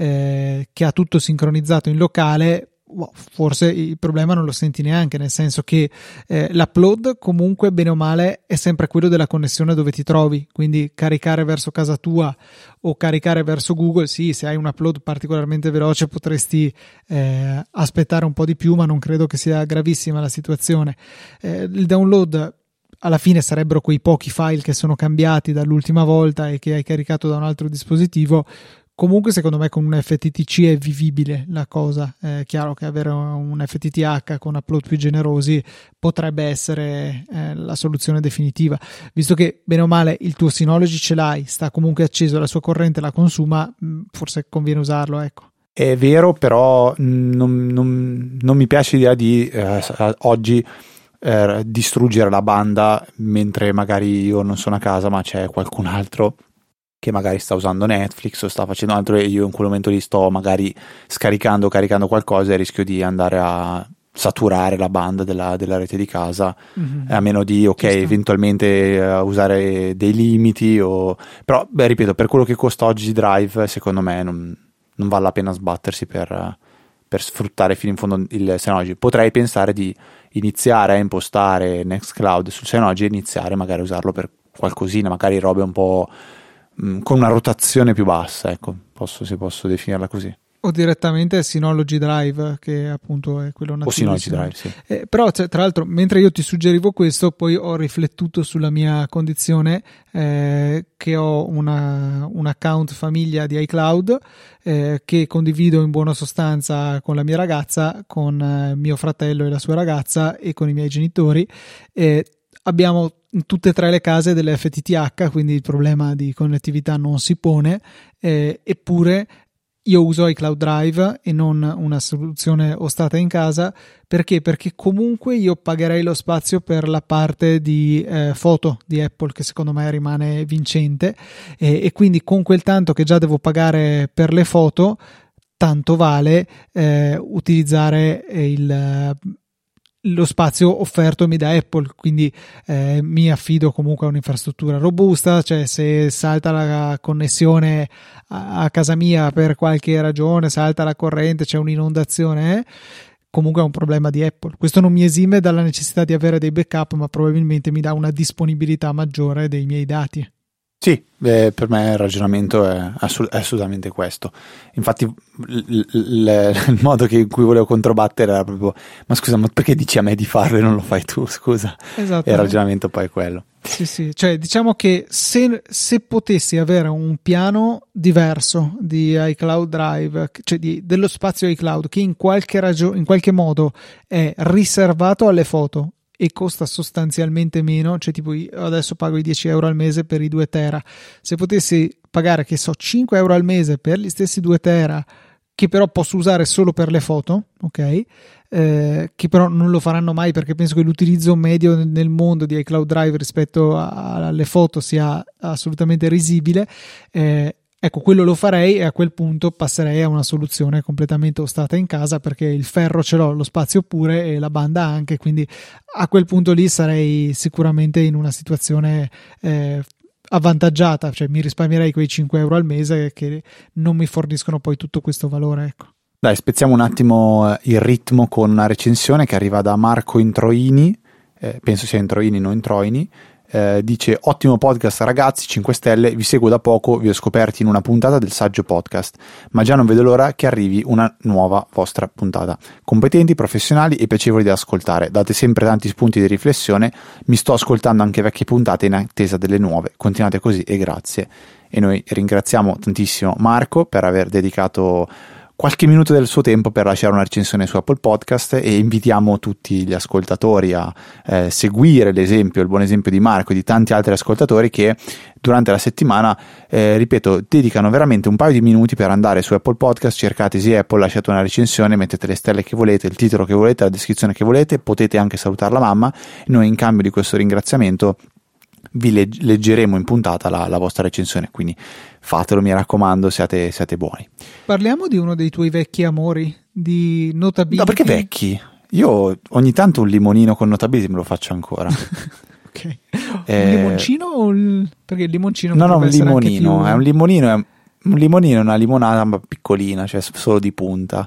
eh, che ha tutto sincronizzato in locale, forse il problema non lo senti neanche, nel senso che eh, l'upload comunque bene o male è sempre quello della connessione dove ti trovi, quindi caricare verso casa tua o caricare verso Google, sì, se hai un upload particolarmente veloce potresti eh, aspettare un po' di più, ma non credo che sia gravissima la situazione. Eh, il download alla fine sarebbero quei pochi file che sono cambiati dall'ultima volta e che hai caricato da un altro dispositivo. Comunque secondo me con un F T T C è vivibile la cosa. È chiaro che avere un F T T H con upload più generosi potrebbe essere eh, la soluzione definitiva, visto che bene o male il tuo Synology ce l'hai, sta comunque acceso, la sua corrente la consuma, forse conviene usarlo, ecco. È vero, però non, non, non mi piace l'idea di eh, oggi eh, distruggere la banda mentre magari io non sono a casa ma c'è qualcun altro che magari sta usando Netflix o sta facendo altro e io in quel momento lì sto magari scaricando, caricando qualcosa e rischio di andare a saturare la banda della, della rete di casa, mm-hmm. a meno di, ok, eventualmente uh, usare dei limiti o... però, beh, ripeto, per quello che costa oggi Drive, secondo me non, non vale la pena sbattersi per, uh, per sfruttare fino in fondo il Synology. Potrei pensare di iniziare a impostare Nextcloud sul Synology e iniziare magari a usarlo per qualcosina, magari robe un po' con una rotazione più bassa, ecco, posso, se posso definirla così. O direttamente Synology Drive, che appunto è quello nativo. O Synology Drive, sì. Eh, però, cioè, tra l'altro, mentre io ti suggerivo questo, poi ho riflettuto sulla mia condizione, eh, che ho una, un account famiglia di iCloud eh, che condivido in buona sostanza con la mia ragazza, con eh, mio fratello e la sua ragazza e con i miei genitori. Eh, abbiamo in tutte e tre le case delle F T T H, quindi il problema di connettività non si pone, eh, eppure io uso iCloud Drive e non una soluzione ostata in casa. Perché? Perché comunque io pagherei lo spazio per la parte di eh, foto di Apple, che secondo me rimane vincente, e, e quindi con quel tanto che già devo pagare per le foto, tanto vale eh, utilizzare il lo spazio offertomi da Apple, quindi eh, mi affido comunque a un'infrastruttura robusta, cioè se salta la connessione a, a casa mia per qualche ragione, salta la corrente, c'è un'inondazione, eh, comunque è un problema di Apple. Questo non mi esime dalla necessità di avere dei backup, ma probabilmente mi dà una disponibilità maggiore dei miei dati. Sì, eh, per me il ragionamento è, assolut- è assolutamente questo. Infatti l- l- l- il modo che, in cui volevo controbattere era proprio: ma scusa, ma perché dici a me di farlo e non lo fai tu? Scusa. Esatto. E il ragionamento poi è quello. Sì, sì, cioè diciamo che se, se potessi avere un piano diverso di iCloud Drive, cioè di, dello spazio iCloud, che in qualche, ragio- in qualche modo è riservato alle foto e costa sostanzialmente meno, cioè tipo io adesso pago i dieci euro al mese per i due tera, se potessi pagare, che so, cinque euro al mese per gli stessi due tera, che però posso usare solo per le foto, ok? Eh, che però non lo faranno mai, perché penso che l'utilizzo medio nel mondo di iCloud Drive rispetto a, alle foto sia assolutamente risibile. Eh, ecco, quello lo farei e a quel punto passerei a una soluzione completamente ostata in casa, perché il ferro ce l'ho, lo spazio pure e la banda anche, quindi a quel punto lì sarei sicuramente in una situazione eh, avvantaggiata, cioè mi risparmierei quei cinque euro al mese che non mi forniscono poi tutto questo valore, ecco. Dai, spezziamo un attimo il ritmo con una recensione che arriva da Marco Introini, eh, penso sia Introini, non Introini. Eh, dice: ottimo podcast ragazzi, cinque stelle, vi seguo da poco, vi ho scoperti in una puntata del Saggio Podcast, ma già non vedo l'ora che arrivi una nuova vostra puntata. Competenti, professionali e piacevoli da ascoltare, date sempre tanti spunti di riflessione, mi sto ascoltando anche vecchie puntate in attesa delle nuove, continuate così e grazie. E noi ringraziamo tantissimo Marco per aver dedicato qualche minuto del suo tempo per lasciare una recensione su Apple Podcast, e invitiamo tutti gli ascoltatori a eh, seguire l'esempio, il buon esempio di Marco e di tanti altri ascoltatori che durante la settimana, eh, ripeto, dedicano veramente un paio di minuti per andare su Apple Podcast, cercate Easy Apple, lasciate una recensione, mettete le stelle che volete, il titolo che volete, la descrizione che volete, potete anche salutare la mamma, e noi in cambio di questo ringraziamento vi leg- leggeremo in puntata la, la vostra recensione, quindi fatelo, mi raccomando, siate, siate buoni. Parliamo di uno dei tuoi vecchi amori, di Notability. No, perché vecchi? Io ogni tanto un limonino con Notability me lo faccio ancora. Ok. Eh, un limoncino o il... perché il limoncino no no un più... limonino è un limonino è un limonino è una limonata ma piccolina, cioè solo di punta.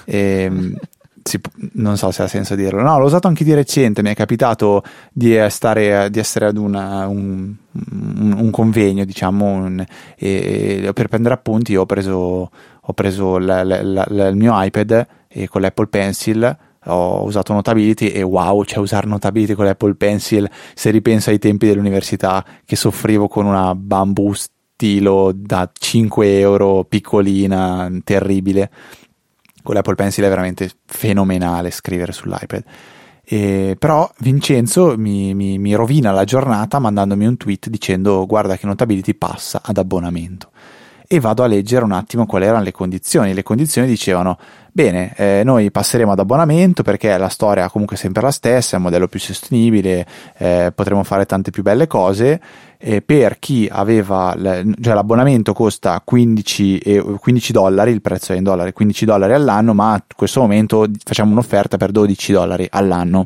E, si, non so se ha senso dirlo. No, l'ho usato anche di recente, mi è capitato di stare di essere ad una, un, un, un convegno, diciamo, un, e, e per prendere appunti ho preso ho preso la, la, la, la, il mio iPad e con l'Apple Pencil ho usato Notability, e wow, cioè usare Notability con l'Apple Pencil, se ripenso ai tempi dell'università che soffrivo con una bambù stilo da cinque euro piccolina, terribile, con l'Apple Pencil è veramente fenomenale scrivere sull'iPad. E, però Vincenzo mi, mi, mi rovina la giornata mandandomi un tweet dicendo: guarda che Notability passa ad abbonamento. E vado a leggere un attimo quali erano le condizioni. Le condizioni dicevano: bene, eh, noi passeremo ad abbonamento perché la storia è comunque sempre la stessa, è un modello più sostenibile, eh, potremo fare tante più belle cose. E per chi aveva, l- cioè l'abbonamento costa quindici, e, quindici dollari, il prezzo è in dollari, quindici dollari all'anno, ma a questo momento facciamo un'offerta per dodici dollari all'anno.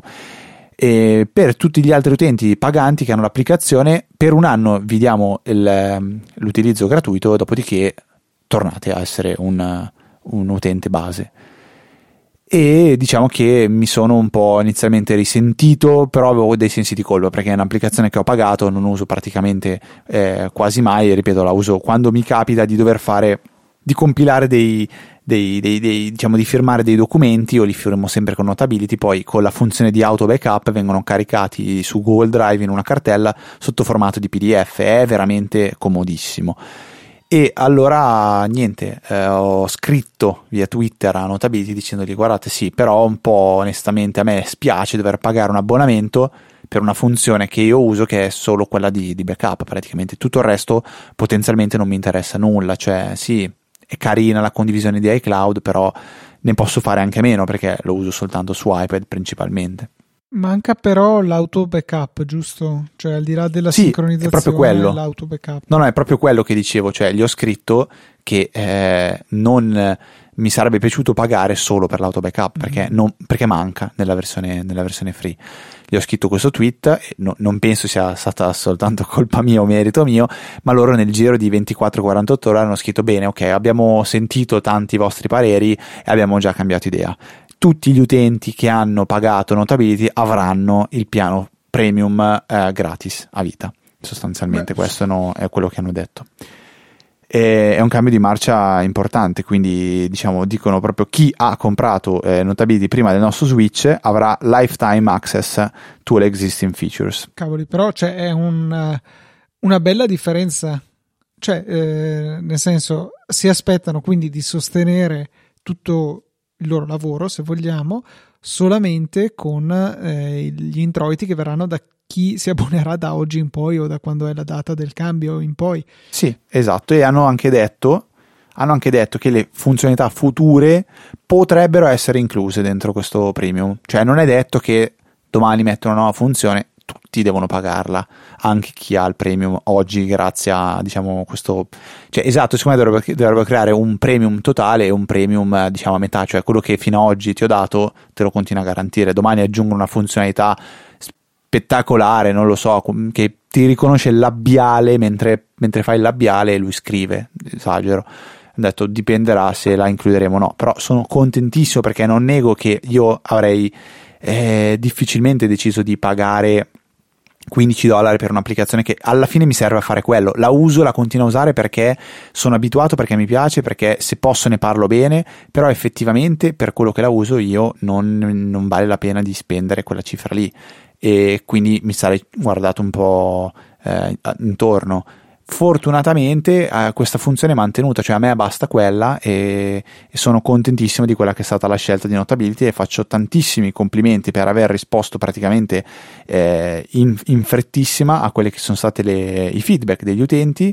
E per tutti gli altri utenti paganti che hanno l'applicazione, per un anno vi diamo il, l'utilizzo gratuito, dopodiché tornate a essere un, un utente base. E diciamo che mi sono un po' inizialmente risentito, però avevo dei sensi di colpa perché è un'applicazione che ho pagato, non uso praticamente eh, quasi mai, e ripeto, la uso quando mi capita di dover fare, di compilare dei Dei, dei, dei, diciamo di firmare dei documenti. Io li firmo sempre con Notability, poi con la funzione di auto backup vengono caricati su Google Drive in una cartella sotto formato di P D F, è veramente comodissimo. E allora niente, eh, ho scritto via Twitter a Notability dicendogli: guardate, sì, però un po' onestamente a me spiace dover pagare un abbonamento per una funzione che io uso, che è solo quella di, di backup, praticamente tutto il resto potenzialmente non mi interessa nulla. Cioè sì, è carina la condivisione di iCloud, però ne posso fare anche meno perché lo uso soltanto su iPad principalmente. Manca però l'auto backup, giusto? Cioè al di là della sì, sincronizzazione, è proprio quello. L'auto backup. No, no, è proprio quello che dicevo, cioè gli ho scritto che eh, non mi sarebbe piaciuto pagare solo per l'auto backup, perché, mm-hmm. non, perché manca nella versione, nella versione free. Gli ho scritto questo tweet, e no, non penso sia stata soltanto colpa mia o merito mio, ma loro nel giro di ventiquattro quarantotto ore hanno scritto: bene, ok, abbiamo sentito tanti vostri pareri e abbiamo già cambiato idea. Tutti gli utenti che hanno pagato Notability avranno il piano premium eh, gratis a vita, sostanzialmente. Beh, questo no, è quello che hanno detto. E è un cambio di marcia importante, quindi diciamo dicono proprio: chi ha comprato eh, Notability prima del nostro switch avrà lifetime access to all existing features. Cavoli, però cioè, è un, una bella differenza, cioè eh, nel senso, si aspettano quindi di sostenere tutto il loro lavoro, se vogliamo, solamente con eh, gli introiti che verranno da chi si abbonerà da oggi in poi o da quando è la data del cambio in poi. Sì, esatto, e hanno anche detto hanno anche detto che le funzionalità future potrebbero essere incluse dentro questo premium, cioè non è detto che domani mettono una nuova funzione tutti devono pagarla, anche chi ha il premium oggi grazie a, diciamo, questo, cioè esatto, secondo me dovrebbero, dovrebbero creare un premium totale e un premium, diciamo, a metà, cioè quello che fino ad oggi ti ho dato te lo continuo a garantire, domani aggiungono una funzionalità spettacolare, non lo so, che ti riconosce il labiale mentre, mentre fai il labiale e lui scrive, esagero, detto dipenderà se la includeremo o no, però sono contentissimo perché non nego che io avrei eh, difficilmente deciso di pagare quindici dollari per un'applicazione che alla fine mi serve a fare quello. La uso, la continuo a usare perché sono abituato, perché mi piace, perché se posso ne parlo bene, però effettivamente per quello che la uso io non, non vale la pena di spendere quella cifra lì, e quindi mi sarei guardato un po' eh, intorno. Fortunatamente eh, questa funzione è mantenuta, cioè a me basta quella, e, e sono contentissimo di quella che è stata la scelta di Notability, e faccio tantissimi complimenti per aver risposto praticamente eh, in, in frettissima a quelle che sono state le, i feedback degli utenti.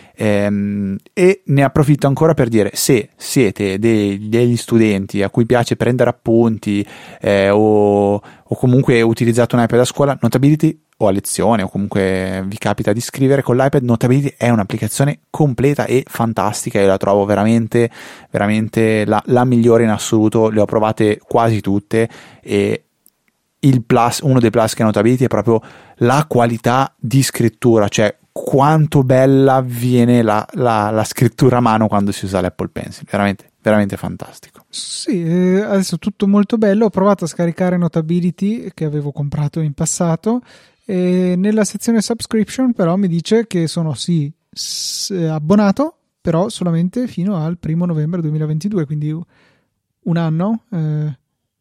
Ehm, e ne approfitto ancora per dire: se siete dei, degli studenti a cui piace prendere appunti eh, o, o comunque utilizzate un iPad a scuola, Notability, o a lezione, o comunque vi capita di scrivere con l'iPad, Notability è un'applicazione completa e fantastica. Io la trovo veramente veramente la, la migliore in assoluto, le ho provate quasi tutte, e il plus, uno dei plus che è Notability è proprio la qualità di scrittura, cioè quanto bella viene la, la, la scrittura a mano quando si usa l'Apple Pencil, veramente veramente fantastico. Sì, eh, adesso tutto molto bello. Ho provato a scaricare Notability, che avevo comprato in passato, e nella sezione subscription però mi dice che sono sì s- abbonato, però solamente fino al primo novembre duemilaventidue, quindi un anno. eh,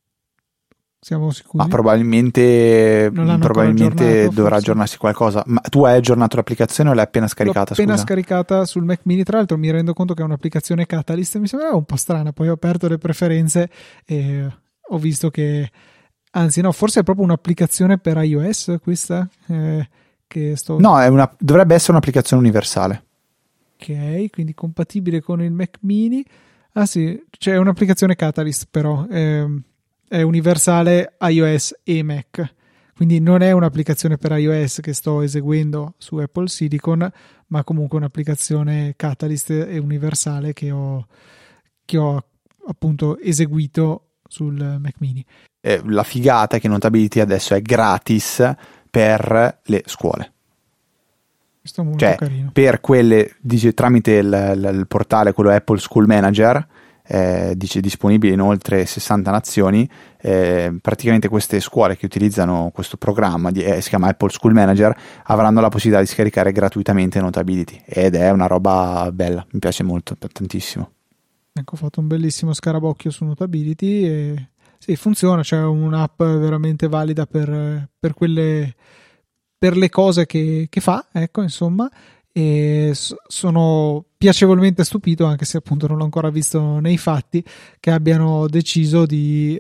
siamo sicuri? Ma probabilmente, probabilmente aggiornato, dovrà forse. aggiornarsi qualcosa. Ma tu hai aggiornato l'applicazione o l'hai appena scaricata? L'ho appena scusa? scaricata sul Mac Mini. Tra l'altro mi rendo conto che è un'applicazione Catalyst e mi sembrava un po' strana, poi ho aperto le preferenze e ho visto che, anzi no, forse è proprio un'applicazione per iOS questa, eh, che sto... No, è una, dovrebbe essere un'applicazione universale. Ok, quindi compatibile con il Mac Mini. Ah sì, c'è un'applicazione Catalyst però, è, è universale iOS e Mac, quindi non è un'applicazione per iOS che sto eseguendo su Apple Silicon, ma comunque un'applicazione Catalyst e universale che ho, che ho appunto eseguito sul Mac Mini. Eh, la figata è che Notability adesso è gratis per le scuole. Questo è molto Cioè, carino. per quelle, dice, tramite il, il, il portale, quello Apple School Manager, eh, dice disponibile in oltre sessanta nazioni, eh, praticamente queste scuole che utilizzano questo programma, di, eh, si chiama Apple School Manager, avranno la possibilità di scaricare gratuitamente Notability, ed è una roba bella, mi piace molto, tantissimo. Ecco, ho fatto un bellissimo scarabocchio su Notability e sì, funziona, c'è un'app veramente valida per, per quelle... per le cose che, che fa, ecco, insomma, e so, sono piacevolmente stupito, anche se appunto non l'ho ancora visto nei fatti, che abbiano deciso di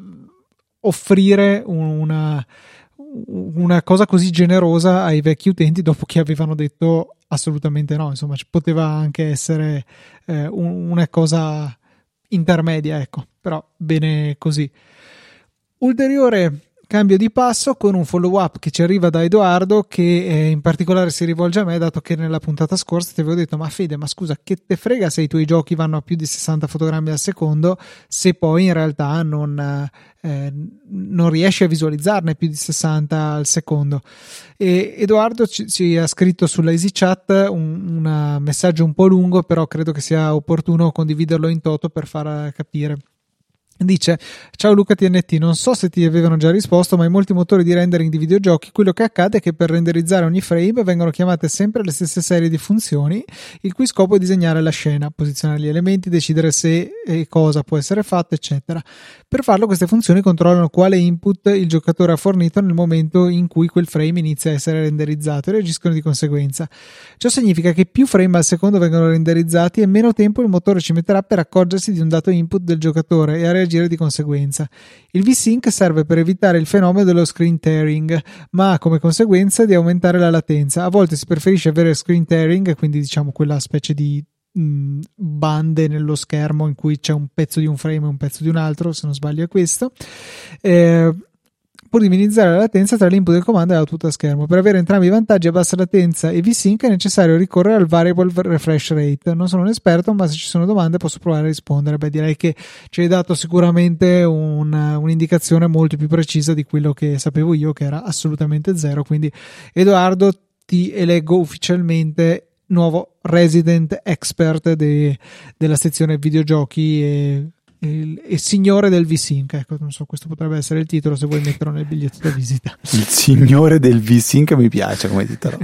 offrire una, una cosa così generosa ai vecchi utenti dopo che avevano detto assolutamente no. Insomma, ci poteva anche essere eh, un, una cosa intermedia, ecco, però bene così. Ulteriore cambio di passo con un follow up che ci arriva da Edoardo, che eh, in particolare si rivolge a me, dato che nella puntata scorsa ti avevo detto: ma Fede, ma scusa, che te frega se i tuoi giochi vanno a più di sessanta fotogrammi al secondo, se poi in realtà non, eh, non riesci a visualizzarne più di sessanta al secondo. E Edoardo ci, ci ha scritto sulla EasyChat un, un messaggio un po' lungo, però credo che sia opportuno condividerlo in toto per far capire. Dice: ciao Luca T N T, non so se ti avevano già risposto, ma in molti motori di rendering di videogiochi quello che accade è che per renderizzare ogni frame vengono chiamate sempre le stesse serie di funzioni, il cui scopo è disegnare la scena, posizionare gli elementi, decidere se e cosa può essere fatto, eccetera. Per farlo queste funzioni controllano quale input il giocatore ha fornito nel momento in cui quel frame inizia a essere renderizzato e reagiscono di conseguenza. Ciò significa che più frame al secondo vengono renderizzati e meno tempo il motore ci metterà per accorgersi di un dato input del giocatore e a reagire di conseguenza. Il V-Sync serve per evitare il fenomeno dello screen tearing, ma ha come conseguenza di aumentare la latenza. A volte si preferisce avere screen tearing, quindi diciamo quella specie di mh, bande nello schermo in cui c'è un pezzo di un frame e un pezzo di un altro, se non sbaglio è questo, eh, pur di minimizzare la latenza tra l'input del comando e l'output a schermo. Per avere entrambi i vantaggi a bassa latenza e V-Sync è necessario ricorrere al variable refresh rate. Non sono un esperto, ma se ci sono domande posso provare a rispondere. Beh, direi che ci hai dato sicuramente un, un'indicazione molto più precisa di quello che sapevo io, che era assolutamente zero. Quindi Edoardo, ti eleggo ufficialmente nuovo resident expert de, della sezione videogiochi e, e, e signore del V-Sync. Ecco, non so, questo potrebbe essere il titolo se vuoi metterlo nel biglietto da visita. Il signore del V-Sync mi piace come titolo.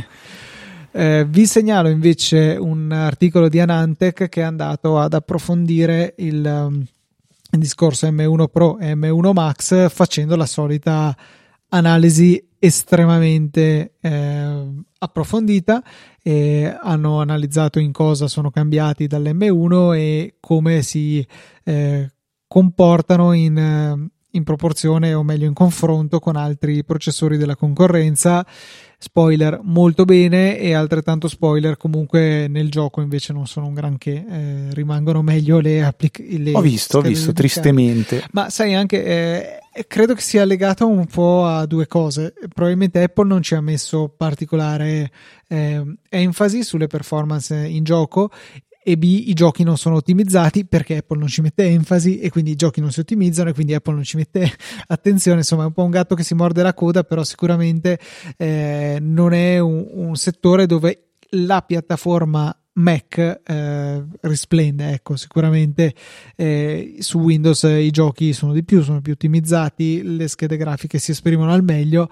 Eh, vi segnalo invece un articolo di Anantech che è andato ad approfondire il, um, il discorso M uno Pro e M uno Max facendo la solita analisi estremamente eh, approfondita, e hanno analizzato in cosa sono cambiati dall'M uno e come si eh, comportano in, in proporzione, o meglio in confronto con altri processori della concorrenza. Spoiler molto bene, e altrettanto spoiler comunque nel gioco invece non sono un granché, eh, rimangono meglio le applicazioni. Ho visto, ho visto tristemente. Ma sai anche, eh, credo che sia legato un po' a due cose. Probabilmente Apple non ci ha messo particolare eh, enfasi sulle performance in gioco, e B, i giochi non sono ottimizzati perché Apple non ci mette enfasi, e quindi i giochi non si ottimizzano e quindi Apple non ci mette attenzione. Insomma, è un po' un gatto che si morde la coda, però sicuramente eh, non è un, un settore dove la piattaforma Mac eh, risplende. Ecco, sicuramente eh, su Windows eh, i giochi sono di più, sono più ottimizzati, le schede grafiche si esprimono al meglio.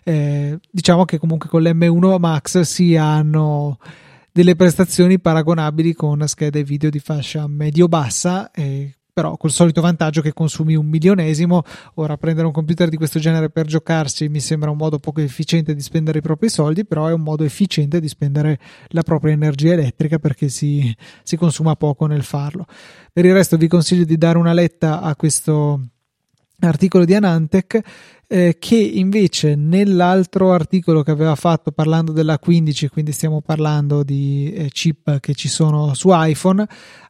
Eh, diciamo che comunque con l'M uno Max si hanno delle prestazioni paragonabili con schede video di fascia medio-bassa, eh, però col solito vantaggio che consumi un milionesimo. Ora, prendere un computer di questo genere per giocarci mi sembra un modo poco efficiente di spendere i propri soldi, però è un modo efficiente di spendere la propria energia elettrica perché si, si consuma poco nel farlo. Per il resto vi consiglio di dare una letta a questo articolo di Anantech, eh, che invece nell'altro articolo che aveva fatto parlando della quindici, quindi stiamo parlando di eh, chip che ci sono su iPhone,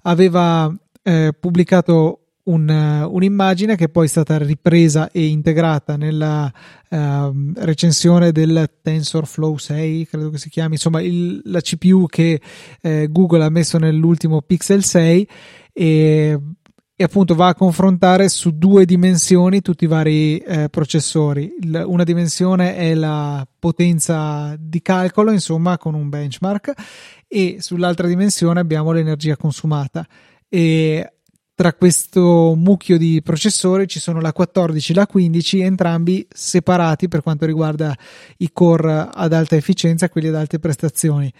aveva eh, pubblicato un, un'immagine che poi è stata ripresa e integrata nella eh, recensione del TensorFlow sei, credo che si chiami, insomma il, la C P U che eh, Google ha messo nell'ultimo Pixel sei, e e appunto va a confrontare su due dimensioni tutti i vari eh, processori. Il, una dimensione è la potenza di calcolo, insomma, con un benchmark, e sull'altra dimensione abbiamo l'energia consumata. E tra questo mucchio di processori ci sono la quattordici e la quindici, entrambi separati per quanto riguarda i core ad alta efficienza e quelli ad alte prestazioni.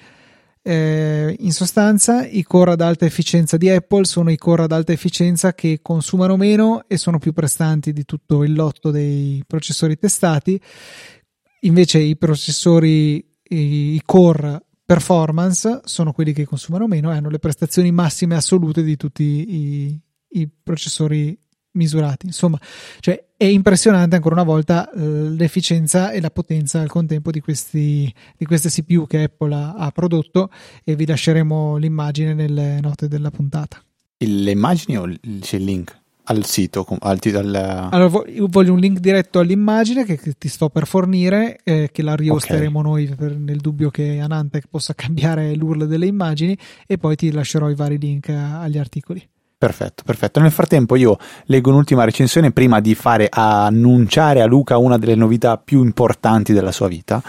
Eh, in sostanza, i core ad alta efficienza di Apple sono i core ad alta efficienza che consumano meno e sono più prestanti di tutto il lotto dei processori testati. Invece i processori, i core performance, sono quelli che consumano meno e hanno le prestazioni massime assolute di tutti i, i processori misurati. Insomma, cioè è impressionante ancora una volta l'efficienza e la potenza al contempo di questi di queste C P U che Apple ha, ha prodotto, e vi lasceremo l'immagine nelle note della puntata. Le immagini o c'è il link al sito? Al, al... Allora, io voglio un link diretto all'immagine che, che ti sto per fornire, eh, che la riosteremo okay. noi per, nel dubbio che Anantech possa cambiare l'U R L delle immagini, e poi ti lascerò i vari link agli articoli. Perfetto, perfetto. Nel frattempo io leggo un'ultima recensione prima di fare a annunciare a Luca una delle novità più importanti della sua vita.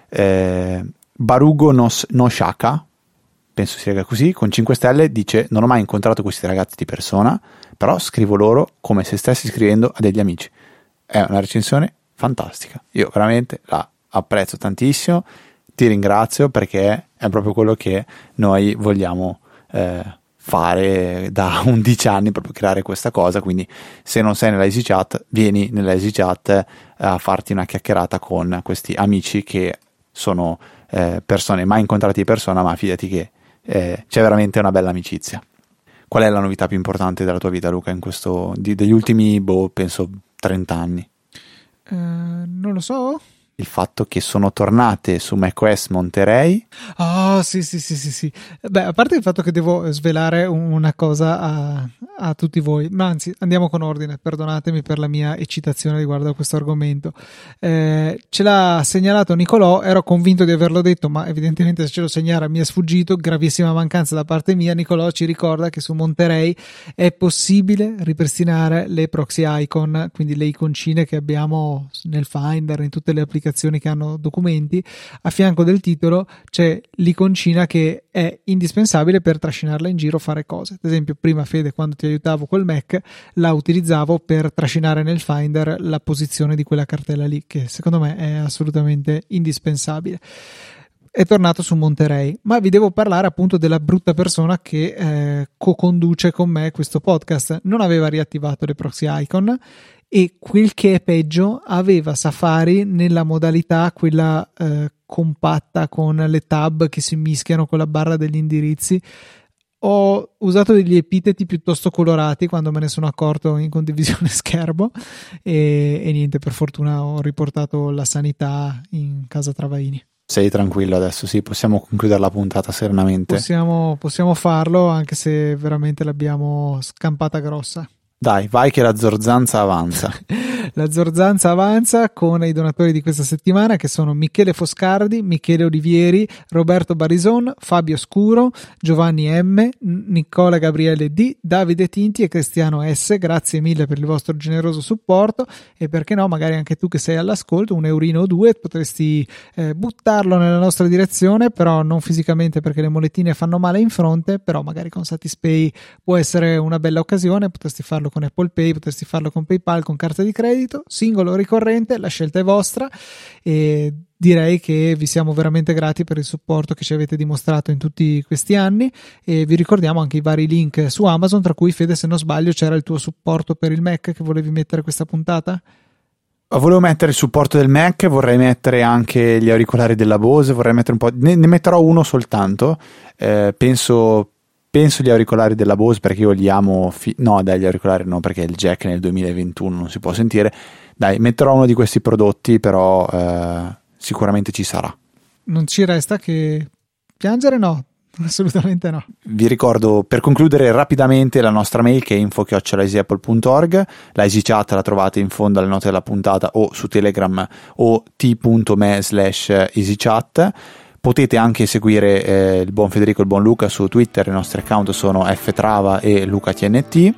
Eh, Barugo no, no Shaka, penso si legga così, con cinque stelle, dice: non ho mai incontrato questi ragazzi di persona, però scrivo loro come se stessi scrivendo a degli amici. È una recensione fantastica, io veramente la apprezzo tantissimo, ti ringrazio perché è proprio quello che noi vogliamo eh, fare da undici anni, proprio creare questa cosa. Quindi se non sei nella EasyChat, vieni nella EasyChat a farti una chiacchierata con questi amici che sono eh, persone mai incontrate di persona, ma fidati che eh, c'è veramente una bella amicizia. Qual è la novità più importante della tua vita, Luca, in questo di, degli ultimi, boh, penso trenta anni? Uh, non lo so. Il fatto che sono tornate su macOS Monterey. Oh, sì, sì, sì, sì, sì. Beh, a parte il fatto che devo svelare una cosa a, a tutti voi, ma anzi andiamo con ordine, perdonatemi per la mia eccitazione riguardo a questo argomento. Eh, ce l'ha segnalato Nicolò, ero convinto di averlo detto, ma evidentemente se ce lo segnala mi è sfuggito, gravissima mancanza da parte mia. Nicolò ci ricorda che su Monterey è possibile ripristinare le proxy icon, quindi le iconcine che abbiamo nel Finder, in tutte le applicazioni che hanno documenti. A fianco del titolo c'è l'iconcina che è indispensabile per trascinarla in giro, fare cose. Ad esempio, prima Fede, quando ti aiutavo col Mac, la utilizzavo per trascinare nel Finder la posizione di quella cartella lì, che secondo me è assolutamente indispensabile. È tornato su Monterey, ma vi devo parlare appunto della brutta persona che eh, co-conduce con me questo podcast. Non aveva riattivato le proxy icon e, quel che è peggio, aveva Safari nella modalità quella eh, compatta con le tab che si mischiano con la barra degli indirizzi. Ho usato degli epiteti piuttosto colorati quando me ne sono accorto in condivisione schermo e, e niente, per fortuna ho riportato la sanità in casa Travaini. Sei tranquillo adesso, sì, possiamo concludere la puntata serenamente. Possiamo, possiamo farlo, anche se veramente l'abbiamo scampata grossa. Dai, vai che la zorzanza avanza. La zorzanza avanza con i donatori di questa settimana, che sono Michele Foscardi, Michele Olivieri, Roberto Barison, Fabio Scuro, Giovanni M, Nicola Gabriele D, Davide Tinti e Cristiano S. Grazie mille per il vostro generoso supporto, e perché no, magari anche tu che sei all'ascolto, un eurino o due potresti eh, buttarlo nella nostra direzione, però non fisicamente perché le monetine fanno male in fronte, però magari con Satispay può essere una bella occasione. Potresti farlo con Apple Pay, potresti farlo con PayPal, con carta di credito, singolo o ricorrente, la scelta è vostra, e direi che vi siamo veramente grati per il supporto che ci avete dimostrato in tutti questi anni, e vi ricordiamo anche i vari link su Amazon, tra cui, Fede, se non sbaglio c'era il tuo supporto per il Mac che volevi mettere questa puntata? Volevo mettere il supporto del Mac, vorrei mettere anche gli auricolari della Bose, vorrei mettere un po', ne, ne metterò uno soltanto, eh, penso Penso gli auricolari della Bose, perché io li amo, fi- no dai, gli auricolari no, perché il jack nel duemilaventuno non si può sentire. Dai, metterò uno di questi prodotti, però eh, sicuramente ci sarà. Non ci resta che piangere? No, assolutamente no. Vi ricordo, per concludere rapidamente, la nostra mail, che è info chiocciola easyapple punto org. La EasyChat la trovate in fondo alle note della puntata o su Telegram o t.me slash EasyChat. Potete anche seguire eh, il buon Federico e il buon Luca su Twitter. I nostri account sono ftrava e lucatnt.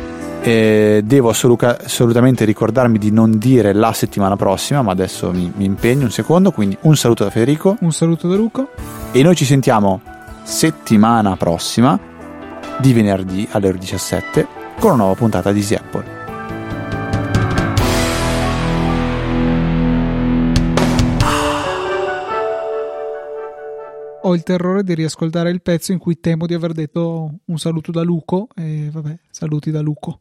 Eh, devo assoluta, assolutamente ricordarmi di non dire la settimana prossima, ma adesso mi, mi impegno un secondo. Quindi un saluto da Federico, un saluto da Luca, e noi ci sentiamo settimana prossima di venerdì alle ore diciassette con una nuova puntata di Easy Apple. Ho il terrore di riascoltare il pezzo in cui temo di aver detto un saluto da Luco, e vabbè, saluti da Luco.